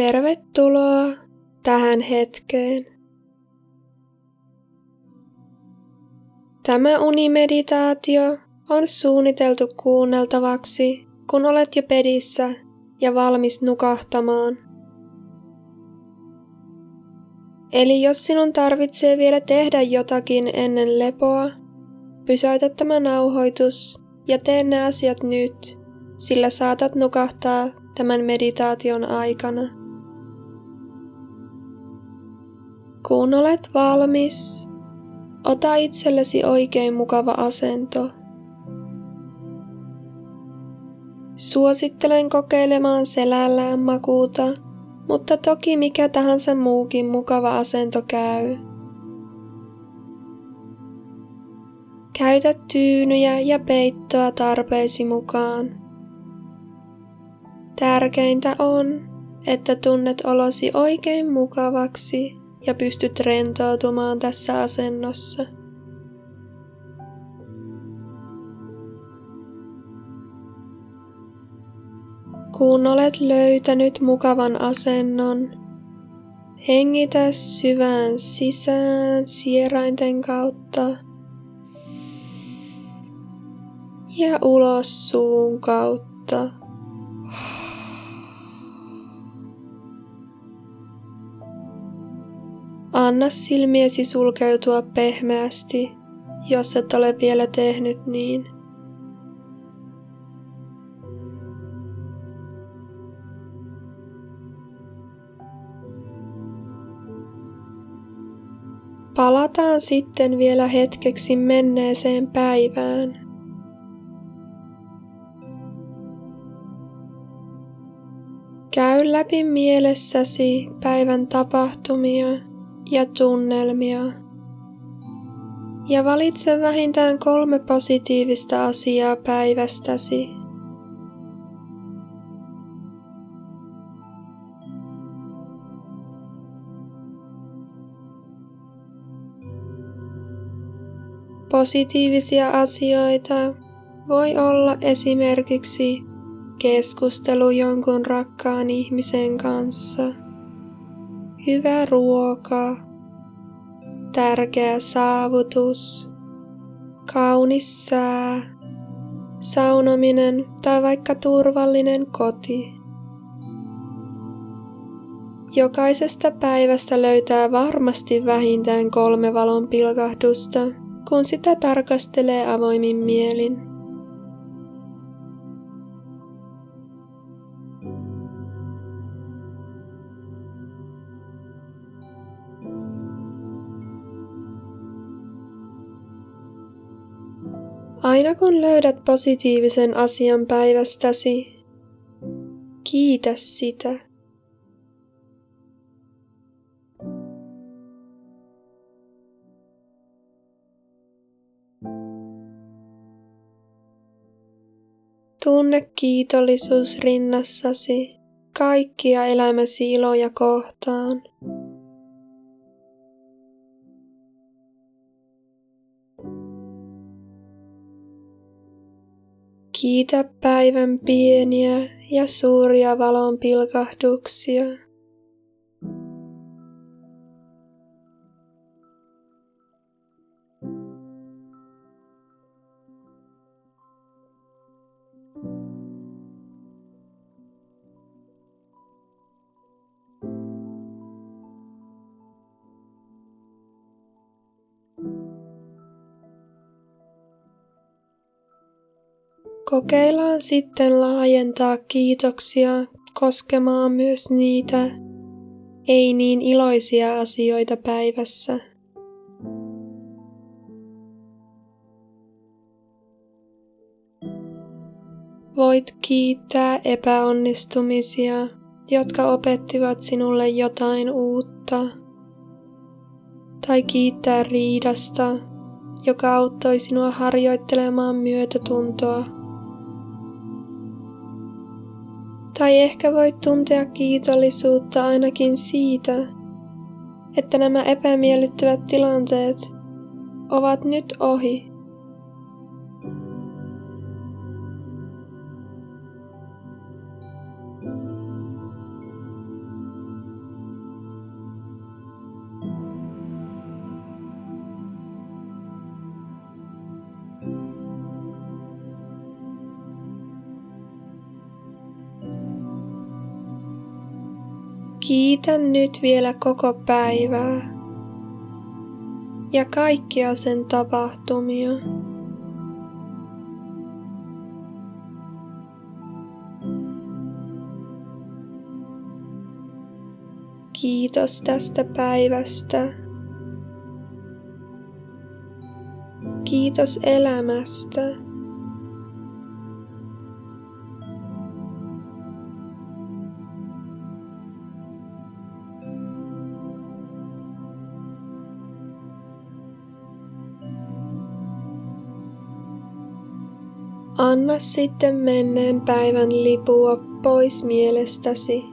Tervetuloa tähän hetkeen. Tämä unimeditaatio on suunniteltu kuunneltavaksi, kun olet jo bedissä ja valmis nukahtamaan. Eli jos sinun tarvitsee vielä tehdä jotakin ennen lepoa, pysäytä tämä nauhoitus ja tee ne asiat nyt, sillä saatat nukahtaa tämän meditaation aikana. Kun olet valmis, ota itsellesi oikein mukava asento. Suosittelen kokeilemaan selällään makuuta, mutta toki mikä tahansa muukin mukava asento käy. Käytä tyynyjä ja peittoa tarpeesi mukaan. Tärkeintä on, että tunnet olosi oikein mukavaksi ja pystyt rentoutumaan tässä asennossa. Kun olet löytänyt mukavan asennon, hengitä syvään sisään sierainten kautta ja ulos suun kautta. Anna silmiesi sulkeutua pehmeästi, jos et ole vielä tehnyt niin. Palataan sitten vielä hetkeksi menneeseen päivään. Käy läpi mielessäsi päivän tapahtumia ja tunnelmia. Ja valitse vähintään 3 positiivista asiaa päivästäsi. Positiivisia asioita voi olla esimerkiksi keskustelu jonkun rakkaan ihmisen kanssa, hyvä ruoka, tärkeä saavutus, kaunis sää, saunominen tai vaikka turvallinen koti. Jokaisesta päivästä löytää varmasti vähintään 3 valon pilkahdusta, kun sitä tarkastelee avoimin mielin. Aina kun löydät positiivisen asian päivästäsi, kiitä sitä. Tunne kiitollisuus rinnassasi kaikkia elämäsi iloja kohtaan. Kiitä päivän pieniä ja suuria valon pilkahduksia. Kokeillaan sitten laajentaa kiitoksia koskemaan myös niitä ei niin iloisia asioita päivässä. Voit kiittää epäonnistumisia, jotka opettivat sinulle jotain uutta, tai kiittää riidasta, joka auttoi sinua harjoittelemaan myötätuntoa. Tai ehkä voit tuntea kiitollisuutta ainakin siitä, että nämä epämiellyttävät tilanteet ovat nyt ohi. Kiitän nyt vielä koko päivää ja kaikkia sen tapahtumia. Kiitos tästä päivästä. Kiitos elämästä. Anna sitten menneen päivän lipua pois mielestäsi.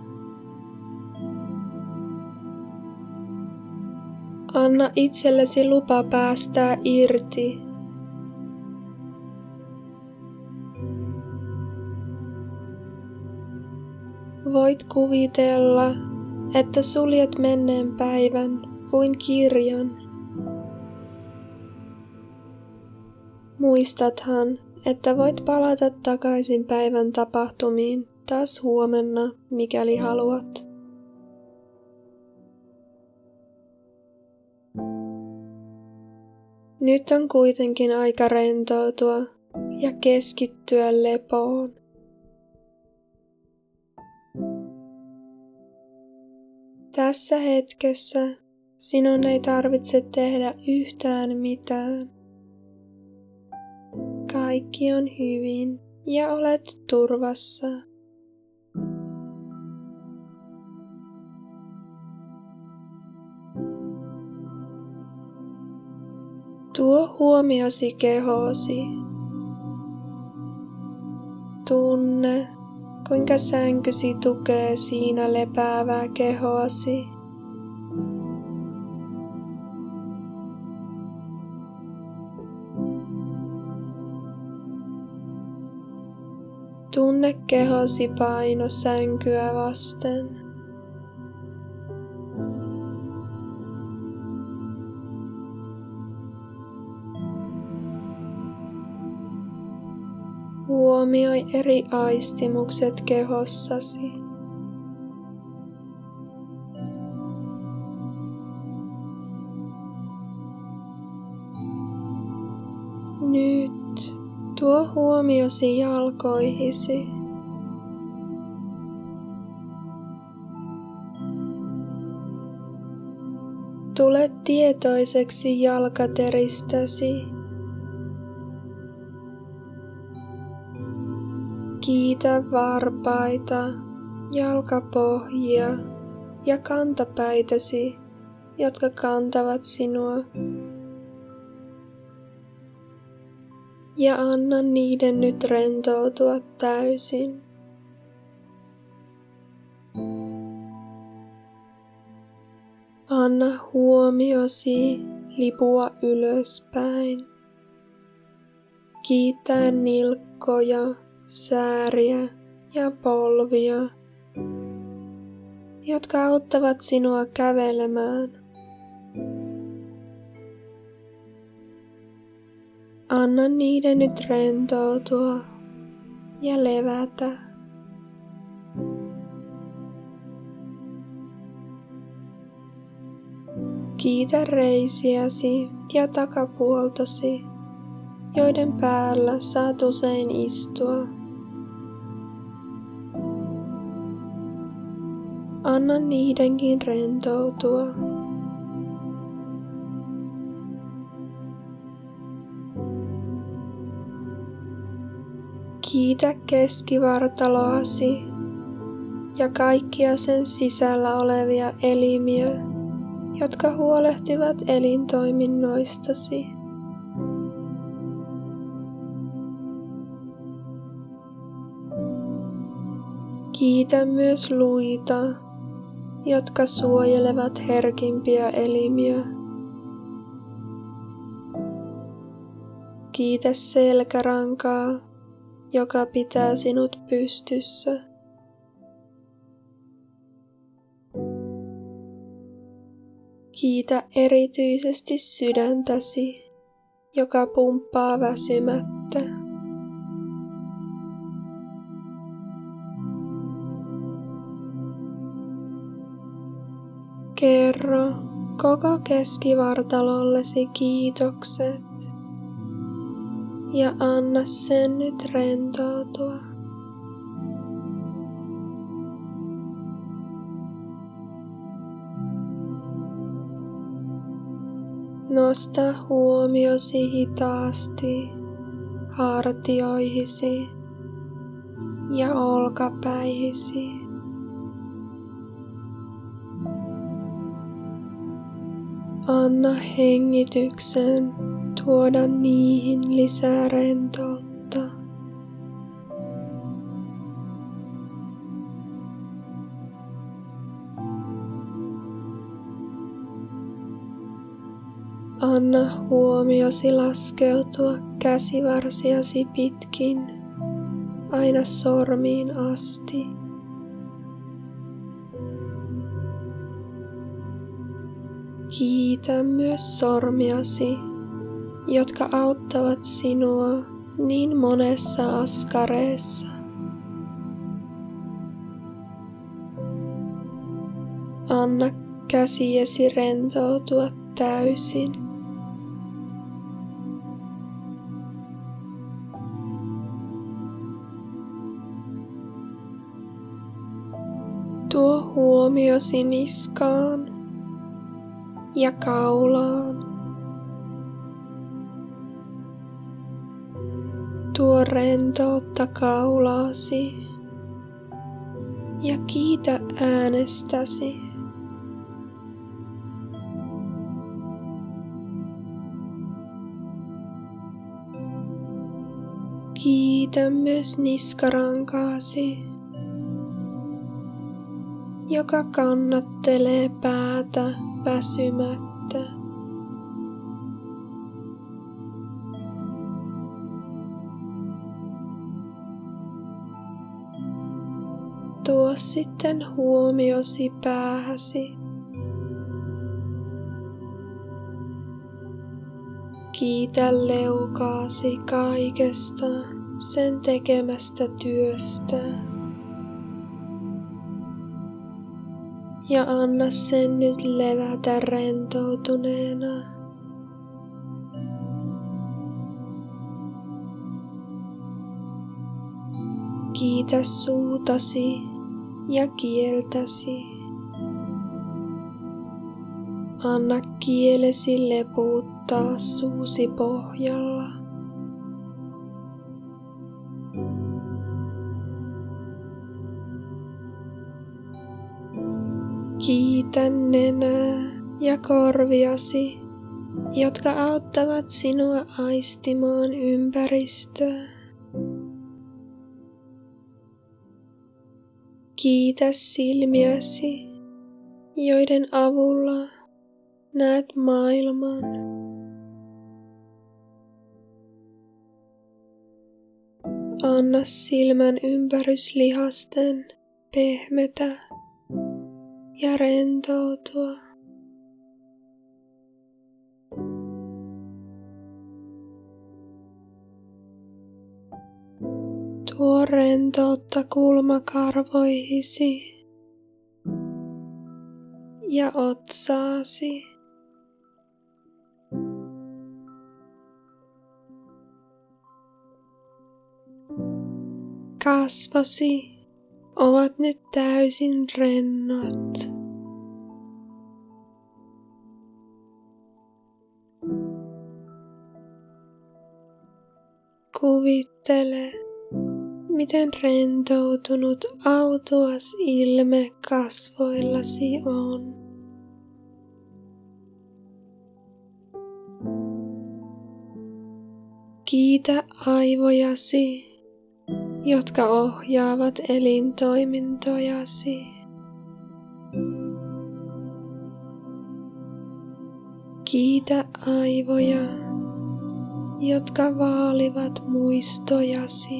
Anna itsellesi lupa päästää irti. Voit kuvitella, että suljet menneen päivän kuin kirjan. Muistathan, että voit palata takaisin päivän tapahtumiin taas huomenna, mikäli haluat. Nyt on kuitenkin aika rentoutua ja keskittyä lepoon. Tässä hetkessä sinun ei tarvitse tehdä yhtään mitään. Kaikki on hyvin ja olet turvassa. Tuo huomiosi kehoosi. Tunne, kuinka sänkysi tukee siinä lepäävää kehoasi. Tunne kehosi paino sänkyä vasten. Huomioi eri aistimukset kehossasi. Nyt tuo huomiosi jalkoihisi. Tule tietoiseksi jalkateristäsi. Kiitä varpaita, jalkapohjia ja kantapäitäsi, jotka kantavat sinua. Ja anna niiden nyt rentoutua täysin. Anna huomiosi lipua ylöspäin, kiittäen nilkkoja, sääriä ja polvia, jotka auttavat sinua kävelemään. Anna niiden nyt rentoutua ja levätä. Kiitä reisiäsi ja takapuoltasi, joiden päällä saat usein istua. Anna niidenkin rentoutua. Kiitä keskivartaloasi ja kaikkia sen sisällä olevia elimiä, jotka huolehtivat elintoiminnoistasi. Kiitä myös luita, jotka suojelevat herkimpiä elimiä. Kiitä selkärankaa, joka pitää sinut pystyssä. Kiitä erityisesti sydäntäsi, joka pumppaa väsymättä. Kerro koko keskivartalollesi kiitokset ja anna sen nyt rentoutua. Nosta huomiosi hitaasti hartioihisi ja olkapäihisi. Anna hengityksen tuoda niihin lisää rentoutta. Anna huomiosi laskeutua käsivarsiasi pitkin aina sormiin asti. Kiitä myös sormiasi, jotka auttavat sinua niin monessa askareessa. Anna käsiesi rentoutua täysin. Tuo huomiosi niskaan ja kaulaan. Tuo rentoutta kaulaasi ja kiitä äänestäsi. Kiitä myös niskarankaasi, joka kannattelee päätä väsymättä. Tuo sitten huomiosi päähäsi. Kiitä leukaasi kaikesta sen tekemästä työstä. Ja anna sen nyt levätä rentoutuneena. Kiitä suutasi ja kieltäsi. Anna kielesi leputtaa suusi pohjalla. Kiitä nenää ja korviasi, jotka auttavat sinua aistimaan ympäristöä. Kiitä silmiäsi, joiden avulla näet maailman. Anna silmän ympäryslihasten pehmetä ja rentoutua. Tuo rentoutta kulmakarvoihisi ja otsaasi. Kasvosi ovat nyt täysin rennot. Kuvittele, miten rentoutunut autuas ilme kasvoillasi on. Kiitä aivojasi, jotka ohjaavat elintoimintojasi. Kiitä aivoja, jotka vaalivat muistojasi.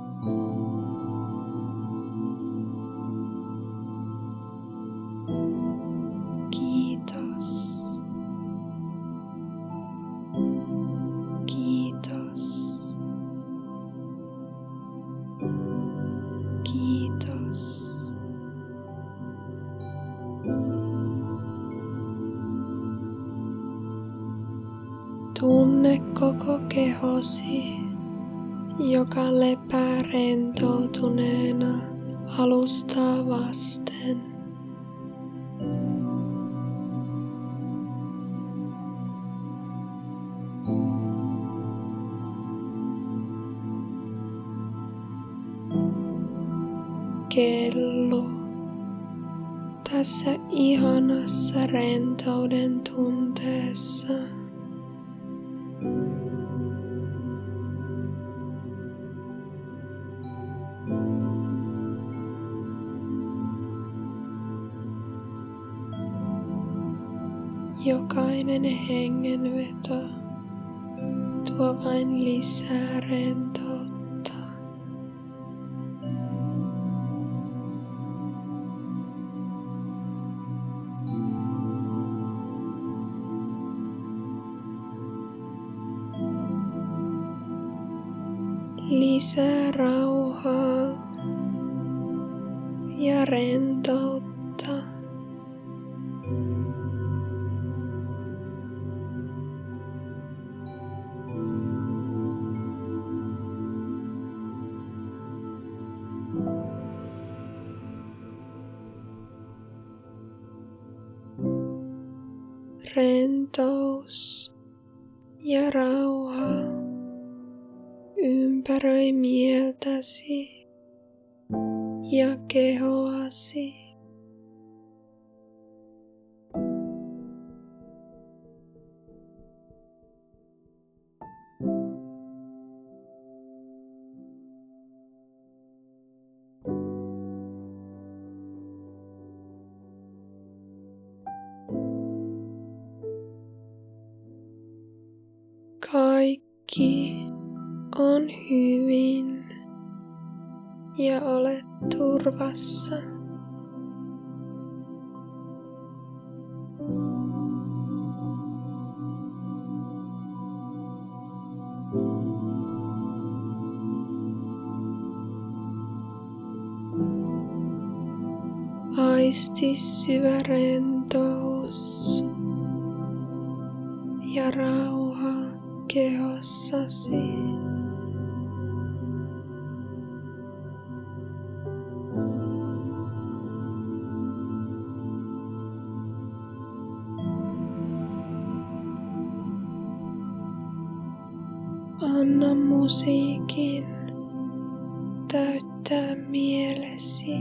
Kiitos. Kiitos. Kiitos. Tunne koko kehosi, joka lepää rentoutuneena alustaa vasten. Kello tässä ihanassa rentouden tunteessa. Jokainen hengenveto tuo vain lisää rentoutta. Lisää rauhaa ja rentoutta. Rentous ja rauha ympäröi mieltäsi ja kehoasi. Kaikki on hyvin ja olet turvassa. Aisti syvä rentous ja rauha kehossasi. Anna musiikin täyttää mielesi.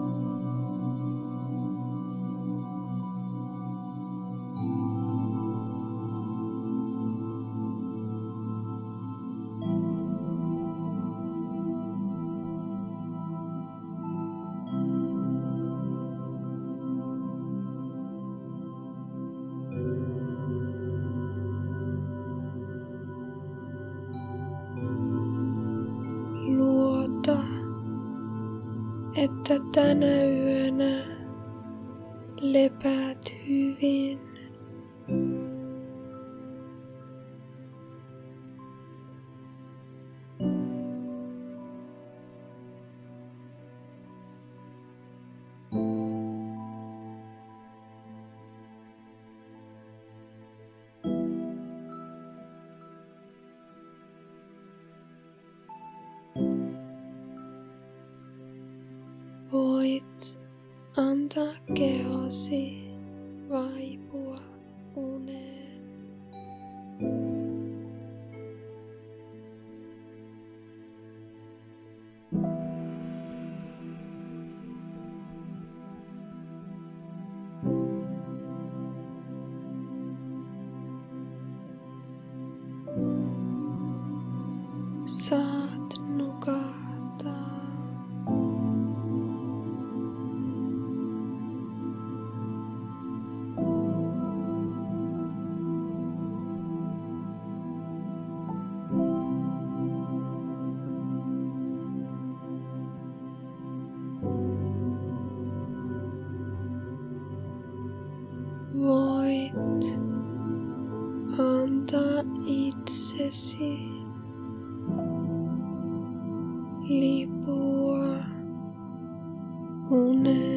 Luota, että tänä yönä lepäät hyvin. Voit antaa kehosi vaipua uneen. Saat nukahtaa. Voit antaa itsesi lipua uneen.